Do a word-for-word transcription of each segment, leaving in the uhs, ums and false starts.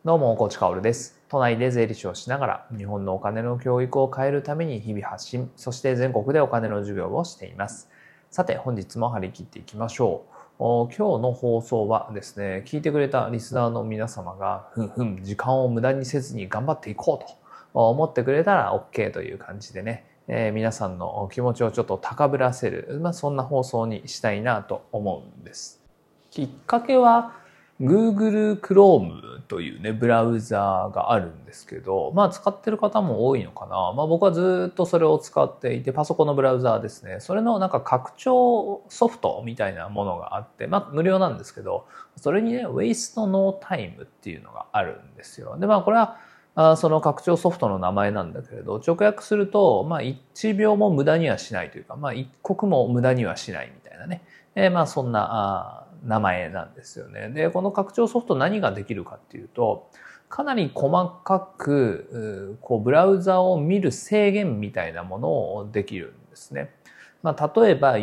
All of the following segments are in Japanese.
どうも、コーチカオルです。都内で税理士をしながら、日本のお金の教育を変えるために日々発信、そして全国でお金の授業をしています。さて、本日も張り切っていきましょう。今日の放送はですね、聞いてくれたリスナーの皆様が、ふんふん、時間を無駄にせずに頑張っていこうと思ってくれたら OK という感じでね、えー、皆さんの気持ちをちょっと高ぶらせる、まあ、そんな放送にしたいなと思うんです。きっかけは、Google Chrome というね、ブラウザーがあるんですけど、まあ使ってる方も多いのかな。まあ僕はずっとそれを使っていて、パソコンのブラウザーですね。それのなんか拡張ソフトみたいなものがあって、まあ無料なんですけど、それにね、Waste No Time っていうのがあるんですよ。で、まあこれは、あその拡張ソフトの名前なんだけれど、直訳すると、まあいちびょうも無駄にはしないというか、まあ一刻も無駄にはしないみたいなね。えー、まあそんな、あ名前なんですよね。で、この拡張ソフト何ができるかっていうと、かなり細かく、こう、ブラウザを見る制限みたいなものをできるんですね。まあ、例えば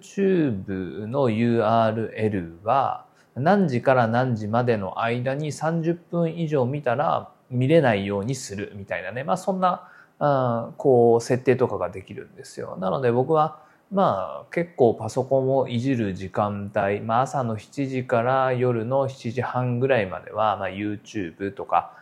YouTube の ユーアールエル は何時から何時までの間にさんじゅっぷん以上見たら見れないようにするみたいなね。まあ、そんな、あこう、設定とかができるんですよ。なので僕はまあ結構パソコンをいじる時間帯、まあ朝のしちじから夜のしちじはんぐらいまでは、まあ YouTube とか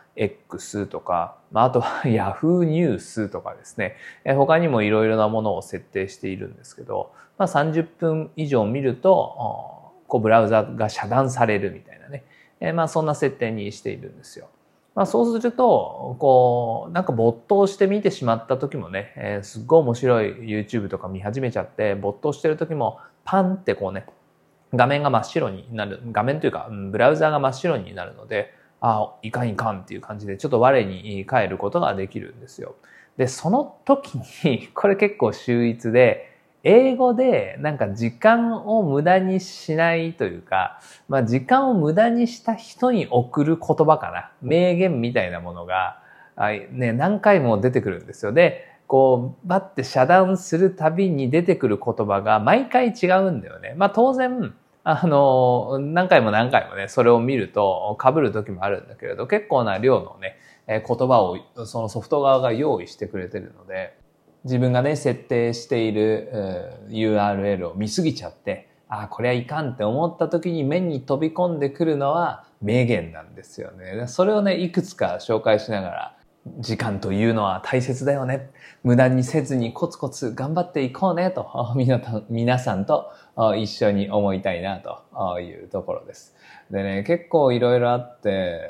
X とか、まああとは Yahoo ニュースとかですね、他にもいろいろなものを設定しているんですけど、まあさんじゅっぷん以上見ると、こうブラウザが遮断されるみたいなね、まあそんな設定にしているんですよ。まあそうすると、こう、なんか没頭して見てしまった時もね、えー、すっごい面白い YouTube とか見始めちゃって、没頭してる時もパンってこうね、画面が真っ白になる、画面というか、ブラウザーが真っ白になるので、ああ、いかんいかんっていう感じで、ちょっと我に返ることができるんですよ。で、その時に、これ結構秀逸で、英語でなんか時間を無駄にしないというか、まあ時間を無駄にした人に送る言葉かな。名言みたいなものが、ね、何回も出てくるんですよ。で、こう、バッて遮断するたびに出てくる言葉が毎回違うんだよね。まあ当然、あの、何回も何回もね、それを見ると被る時もあるんだけれど、結構な量のね、言葉をそのソフト側が用意してくれてるので、自分がね、設定している ユーアールエル を見すぎちゃって、ああ、これはいかんって思った時に目に飛び込んでくるのは名言なんですよね。それをね、いくつか紹介しながら、時間というのは大切だよね。無駄にせずにコツコツ頑張っていこうねと、皆さんと一緒に思いたいなというところです。でね、結構いろいろあって、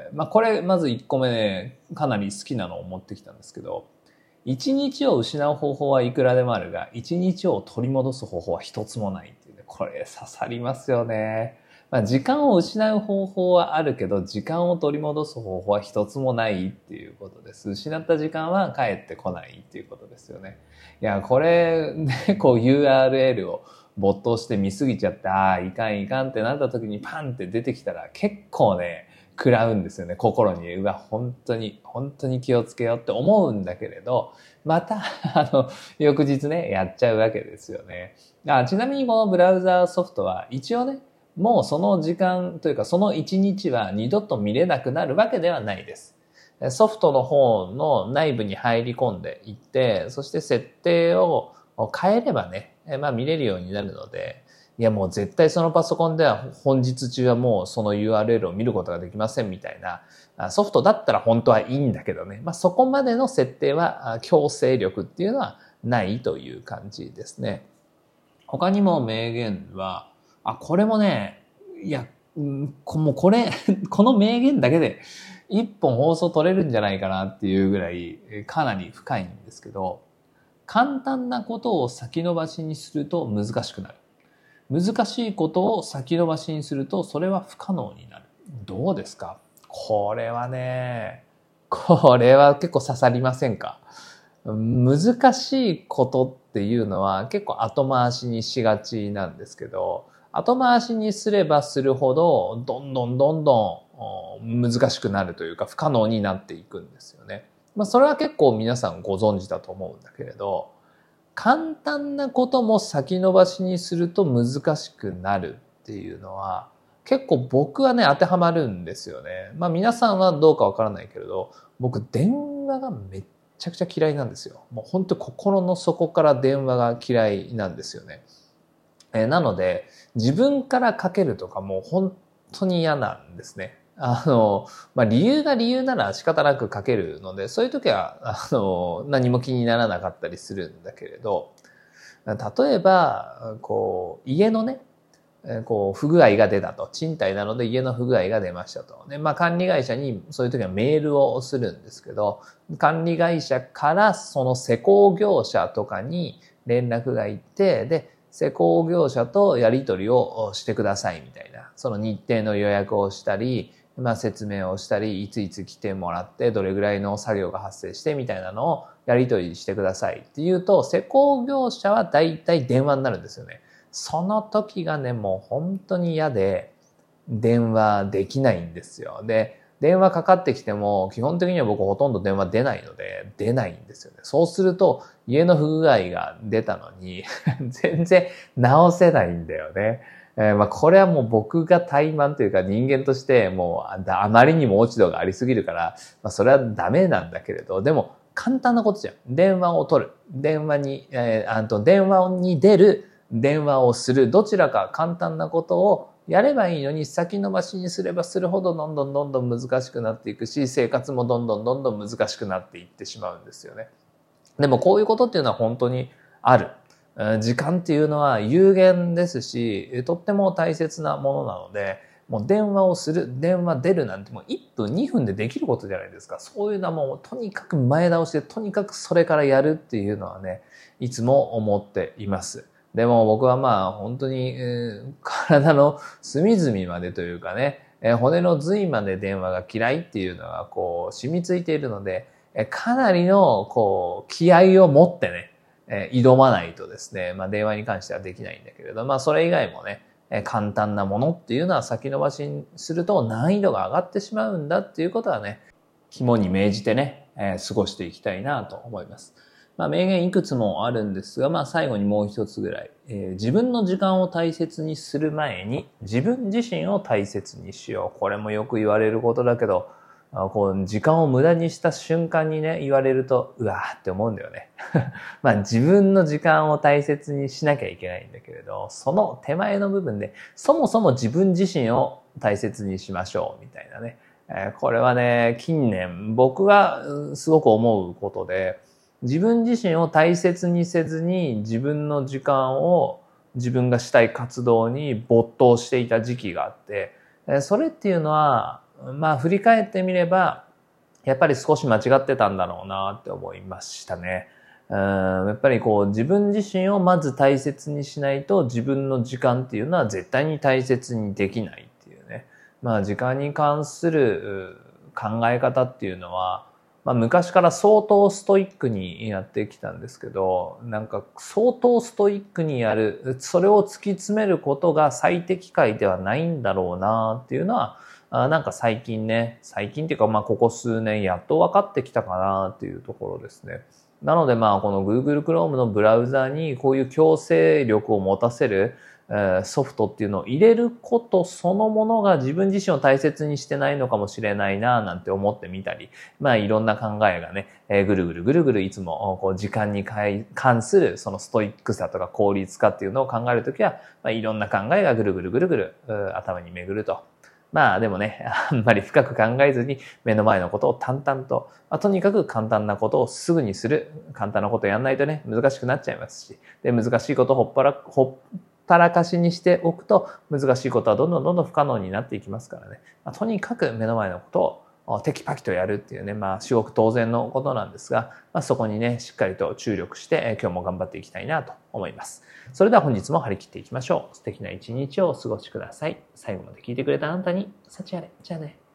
まあこれまずいっこめね、かなり好きなのを持ってきたんですけど、一日を失う方法はいくらでもあるが、一日を取り戻す方法は一つもないっていうね、これ刺さりますよね。まあ、時間を失う方法はあるけど、時間を取り戻す方法は一つもないっていうことです。失った時間は帰ってこないっていうことですよね。いや、これ、ね、こう ユーアールエル を没頭して見すぎちゃって、ああ、いかんいかんってなった時にパンって出てきたら結構ね、食らうんですよね、心に。うわ、本当に、本当に気をつけようって思うんだけれど、また、あの、翌日ね、やっちゃうわけですよね。あ、ちなみにこのブラウザーソフトは、一応ね、もうその時間というかその一日は二度と見れなくなるわけではないです。ソフトの方の内部に入り込んでいって、そして設定を変えればね、まあ見れるようになるので、いやもう絶対そのパソコンでは本日中はもうその ユーアールエル を見ることができませんみたいなソフトだったら本当はいいんだけどね。まあそこまでの設定は強制力っていうのはないという感じですね。他にも名言は、あ、これもね、いや、もうこれ、この名言だけで一本放送取れるんじゃないかなっていうぐらいかなり深いんですけど、簡単なことを先延ばしにすると難しくなる。難しいことを先延ばしにするとそれは不可能になる。どうですか？これはね、これは結構刺さりませんか？難しいことっていうのは結構後回しにしがちなんですけど、後回しにすればするほどどんどんどんどん難しくなるというか不可能になっていくんですよね。まあそれは結構皆さんご存知だと思うんだけれど、簡単なことも先延ばしにすると難しくなるっていうのは結構僕はね、当てはまるんですよね。まあ皆さんはどうかわからないけれど、僕電話がめっちゃくちゃ嫌いなんですよ。もう本当心の底から電話が嫌いなんですよね。えー、なので、自分からかけるとかもう本当に嫌なんですね。あの、まあ、理由が理由なら仕方なくかけるので、そういう時は、あの、何も気にならなかったりするんだけれど、例えば、こう、家のね、こう、不具合が出たと。賃貸なので家の不具合が出ましたと。で、まあ、管理会社にそういう時はメールをするんですけど、管理会社からその施工業者とかに連絡が行って、で、施工業者とやり取りをしてくださいみたいな。その日程の予約をしたり、まあ説明をしたり、いついつ来てもらって、どれぐらいの作業が発生してみたいなのをやり取りしてくださいっていうと、施工業者はだいたい電話になるんですよね。その時がね、もう本当に嫌で、電話できないんですよ。で、電話かかってきても、基本的には僕ほとんど電話出ないので、出ないんですよね。そうすると、家の不具合が出たのに、全然直せないんだよね。えー、まあこれはもう僕が怠慢というか人間としてもうあまりにも落ち度がありすぎるから、まあそれはダメなんだけれど、でも簡単なことじゃん。電話を取る。電話に、えー、あと電話に出る。電話をする。どちらか簡単なことをやればいいのに、先延ばしにすればするほどどんどんどんどん難しくなっていくし、生活もどんどんどんどん難しくなっていってしまうんですよね。でもこういうことっていうのは本当にある。時間っていうのは有限ですし、とっても大切なものなので、もう電話をする、電話出るなんてもういっぷん、にふんでできることじゃないですか。そういうのはもうとにかく前倒しで、とにかくそれからやるっていうのはね、いつも思っています。でも僕はまあ本当に、えー、体の隅々までというかね、えー、骨の髄まで電話が嫌いっていうのがこう染みついているので、えー、かなりのこう気合を持ってね、えー、挑まないとですね、まあ電話に関してはできないんだけれど、まあそれ以外もね、えー、簡単なものっていうのは先延ばしにすると難易度が上がってしまうんだっていうことはね、肝に銘じてね、えー、過ごしていきたいなと思います。まあ、名言いくつもあるんですが、まあ、最後にもう一つぐらい、えー、自分の時間を大切にする前に自分自身を大切にしよう。これもよく言われることだけど、あこう時間を無駄にした瞬間にね、言われると、うわーって思うんだよね。まあ、自分の時間を大切にしなきゃいけないんだけれど、その手前の部分で、そもそも自分自身を大切にしましょう、みたいなね。えー、これはね、近年僕がすごく思うことで、自分自身を大切にせずに自分の時間を自分がしたい活動に没頭していた時期があって、それっていうのは、まあ振り返ってみれば、やっぱり少し間違ってたんだろうなって思いましたね。うん、やっぱりこう自分自身をまず大切にしないと自分の時間っていうのは絶対に大切にできないっていうね。まあ時間に関する考え方っていうのは、まあ昔から相当ストイックにやってきたんですけど、なんか相当ストイックにやる、それを突き詰めることが最適解ではないんだろうなっていうのは、なんか最近ね、最近っていうかまあここ数年やっと分かってきたかなっていうところですね。なのでまあこの Google Chrome のブラウザにこういう強制力を持たせるソフトっていうのを入れることそのものが自分自身を大切にしてないのかもしれないななんて思ってみたり、まあいろんな考えがね、えー、ぐるぐるぐるぐるいつもこう時間に関するそのストイックさとか効率化っていうのを考えるときは、まあ、いろんな考えがぐるぐるぐるぐる頭に巡ると。まあでもね、あんまり深く考えずに目の前のことを淡々と、まあ、とにかく簡単なことをすぐにする。簡単なことをやんないとね、難しくなっちゃいますし。で、難しいことをほっぱら、ほったらかしにしておくと、難しいことはどんどんどんどん不可能になっていきますからね。まあ、とにかく目の前のことをテキパキとやるっていうね、まあ至極当然のことなんですが、まあ、そこにね、しっかりと注力して、今日も頑張っていきたいなと思います。それでは本日も張り切っていきましょう。素敵な一日をお過ごしください。最後まで聞いてくれたあなたに、幸あれ。じゃあね。